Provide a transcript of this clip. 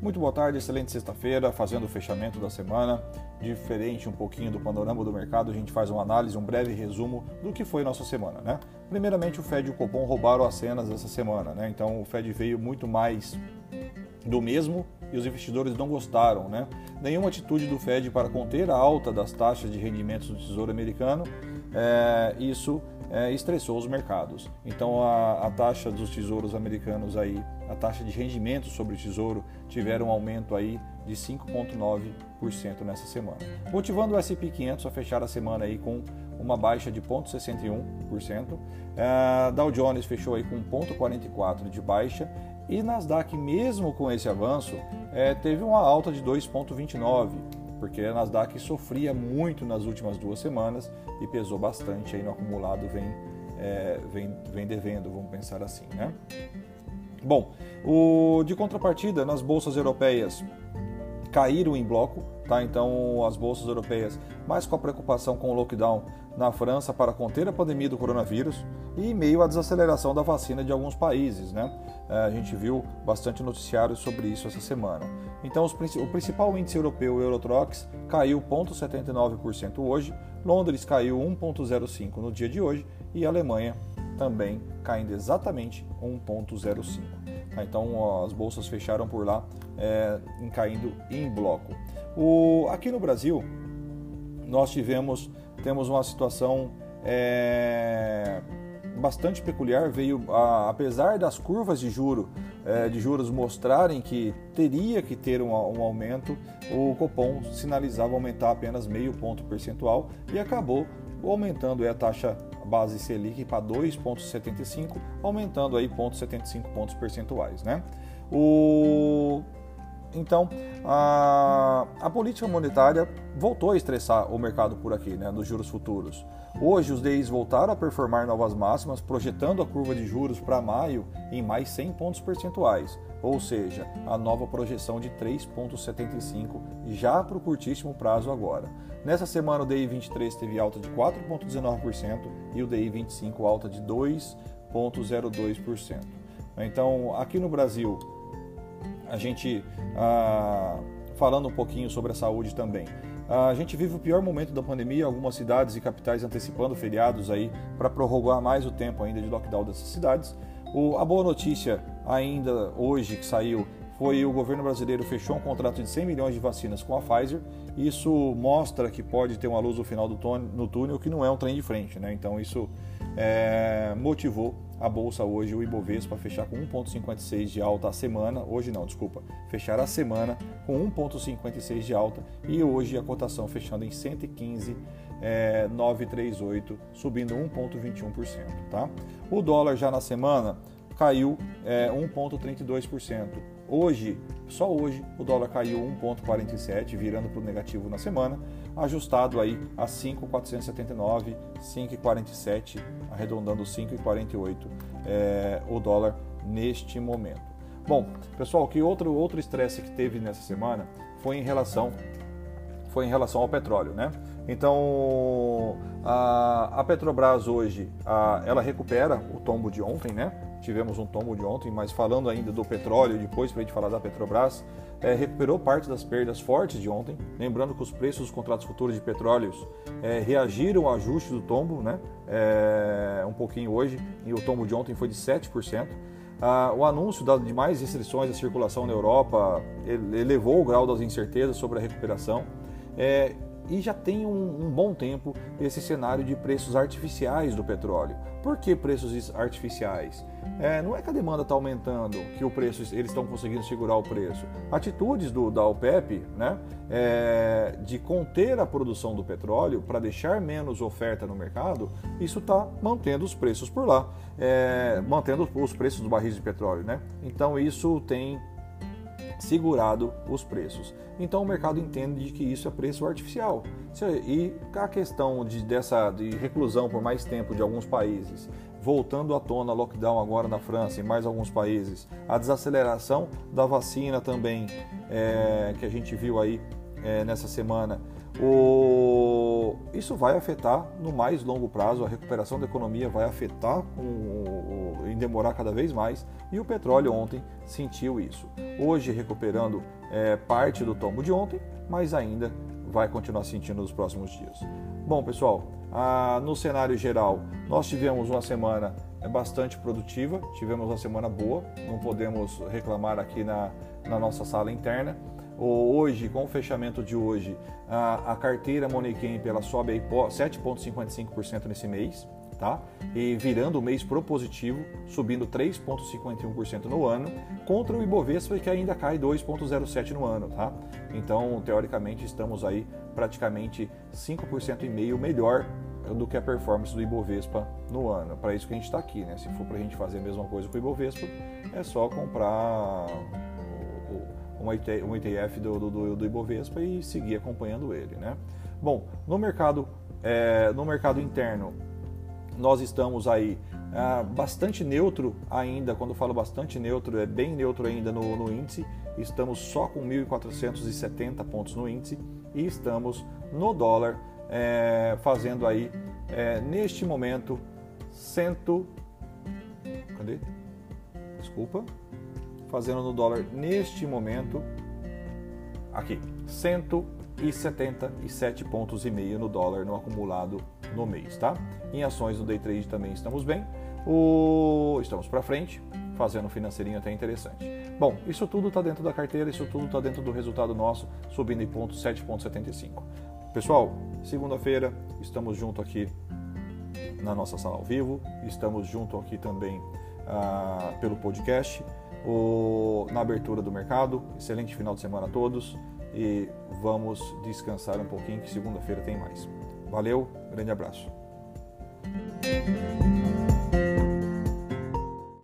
Muito boa tarde, excelente sexta-feira, fazendo o fechamento da semana. Diferente um pouquinho do panorama do mercado, a gente faz uma análise, um breve resumo do que foi nossa semana, né? Primeiramente, o Fed e o Copom roubaram as cenas essa semana, né? Então, o Fed veio muito mais do mesmo e os investidores não gostaram, né? Nenhuma atitude do Fed para conter a alta das taxas de rendimentos do Tesouro americano, isso estressou os mercados. Então a taxa dos tesouros americanos aí, a taxa de rendimento sobre o tesouro tiveram um aumento aí de 5,9% nessa semana, motivando o S&P 500 a fechar a semana aí com uma baixa de 0,61%. Dow Jones fechou aí com 0,44% de baixa e Nasdaq, mesmo com esse avanço, teve uma alta de 2,29%. Porque a Nasdaq sofria muito nas últimas 2 semanas e pesou bastante aí no acumulado, vem devendo, vamos pensar assim, né? Bom, de contrapartida, nas bolsas europeias caíram em bloco, tá? Então as bolsas europeias, mais com a preocupação com o lockdown na França para conter a pandemia do coronavírus e em meio à desaceleração da vacina de alguns países, né? A gente viu bastante noticiário sobre isso essa semana. Então o principal índice europeu, o Eurotrox, caiu 0,79% hoje, Londres caiu 1,05% no dia de hoje e a Alemanha também caindo exatamente 1,05%. Então as bolsas fecharam por lá, caindo em bloco. Aqui no Brasil, nós temos uma situação bastante peculiar. Apesar das curvas de juros mostrarem que teria que ter um aumento, o Copom sinalizava aumentar apenas meio ponto percentual e acabou aumentando a taxa base Selic para 2,75, aumentando aí 0,75 pontos percentuais, né? Então, a política monetária voltou a estressar o mercado por aqui, né, dos juros futuros. Hoje, os DIs voltaram a performar novas máximas, projetando a curva de juros para maio em mais 100 pontos percentuais, ou seja, a nova projeção de 3,75 já para o curtíssimo prazo agora. Nessa semana, o DI 23 teve alta de 4,19% e o DI 25 alta de 2,02%. Então, aqui no Brasil, a gente, falando um pouquinho sobre a saúde também, a gente vive o pior momento da pandemia, algumas cidades e capitais antecipando feriados aí para prorrogar mais o tempo ainda de lockdown dessas cidades. A boa notícia ainda hoje que saiu foi o governo brasileiro fechou um contrato de 100 milhões de vacinas com a Pfizer. Isso mostra que pode ter uma luz no final no túnel, que não é um trem de frente, né? Então isso motivou a bolsa hoje, o Ibovespa, fechar com 1,56 de alta a semana. Hoje não, desculpa, fechar a semana com 1,56 de alta e hoje a cotação fechando em 115,938, subindo 1,21%, tá? O dólar já na semana caiu 1,32%. Hoje, só hoje, o dólar caiu 1,47, virando para o negativo na semana, ajustado aí a 5,479, 5,47, arredondando 5,48 o dólar neste momento. Bom, pessoal, que outro estresse que teve nessa semana foi em relação ao petróleo, né? Então, a Petrobras hoje, ela recupera o tombo de ontem, né? Tivemos um tombo de ontem, mas falando ainda do petróleo, depois para a gente falar da Petrobras, recuperou parte das perdas fortes de ontem. Lembrando que os preços dos contratos futuros de petróleos reagiram ao ajuste do tombo, né? Um pouquinho hoje, e o tombo de ontem foi de 7%. O anúncio de mais restrições à circulação na Europa elevou o grau das incertezas sobre a recuperação. E já tem um bom tempo esse cenário de preços artificiais do petróleo. Por que preços artificiais? Não é que a demanda está aumentando, que eles estão conseguindo segurar o preço. Atitudes da OPEP, né, de conter a produção do petróleo para deixar menos oferta no mercado, isso está mantendo os preços por lá, mantendo os preços dos barris de petróleo, né? Então isso tem segurado os preços. Então o mercado entende que isso é preço artificial. E a questão de reclusão por mais tempo de alguns países, voltando à tona, lockdown agora na França e mais alguns países, a desaceleração da vacina também, que a gente viu aí nessa semana, isso vai afetar no mais longo prazo, a recuperação da economia vai afetar, demorar cada vez mais, e o petróleo ontem sentiu isso. Hoje recuperando parte do tombo de ontem, mas ainda vai continuar sentindo nos próximos dias. Bom, pessoal, no cenário geral, nós tivemos uma semana bastante produtiva, tivemos uma semana boa, não podemos reclamar aqui na nossa sala interna. Hoje, com o fechamento de hoje, a carteira Money Camp ela sobe aí 7,55% nesse mês, tá? E virando o mês propositivo, subindo 3,51% no ano, contra o Ibovespa que ainda cai 2,07% no ano, tá? Então, teoricamente, estamos aí praticamente 5,5% melhor do que a performance do Ibovespa no ano. Para isso que a gente está aqui, né? Se for para a gente fazer a mesma coisa com o Ibovespa, é só comprar um ETF do Ibovespa e seguir acompanhando ele, né? Bom, no mercado interno, nós estamos aí bastante neutro ainda. Quando eu falo bastante neutro, é bem neutro ainda no índice. Estamos só com 1.470 pontos no índice e estamos no dólar fazendo aí neste momento fazendo no dólar neste momento aqui 177,5 pontos no dólar no acumulado no mês, tá? Em ações no day trade também estamos bem, estamos para frente, fazendo um financeirinho até interessante. Bom, isso tudo está dentro da carteira, isso tudo está dentro do resultado nosso, subindo em 7,75. Pessoal, segunda-feira estamos junto aqui na nossa sala ao vivo, estamos junto aqui também pelo podcast, na abertura do mercado. Excelente final de semana a todos e vamos descansar um pouquinho que segunda-feira tem mais. Valeu, grande abraço.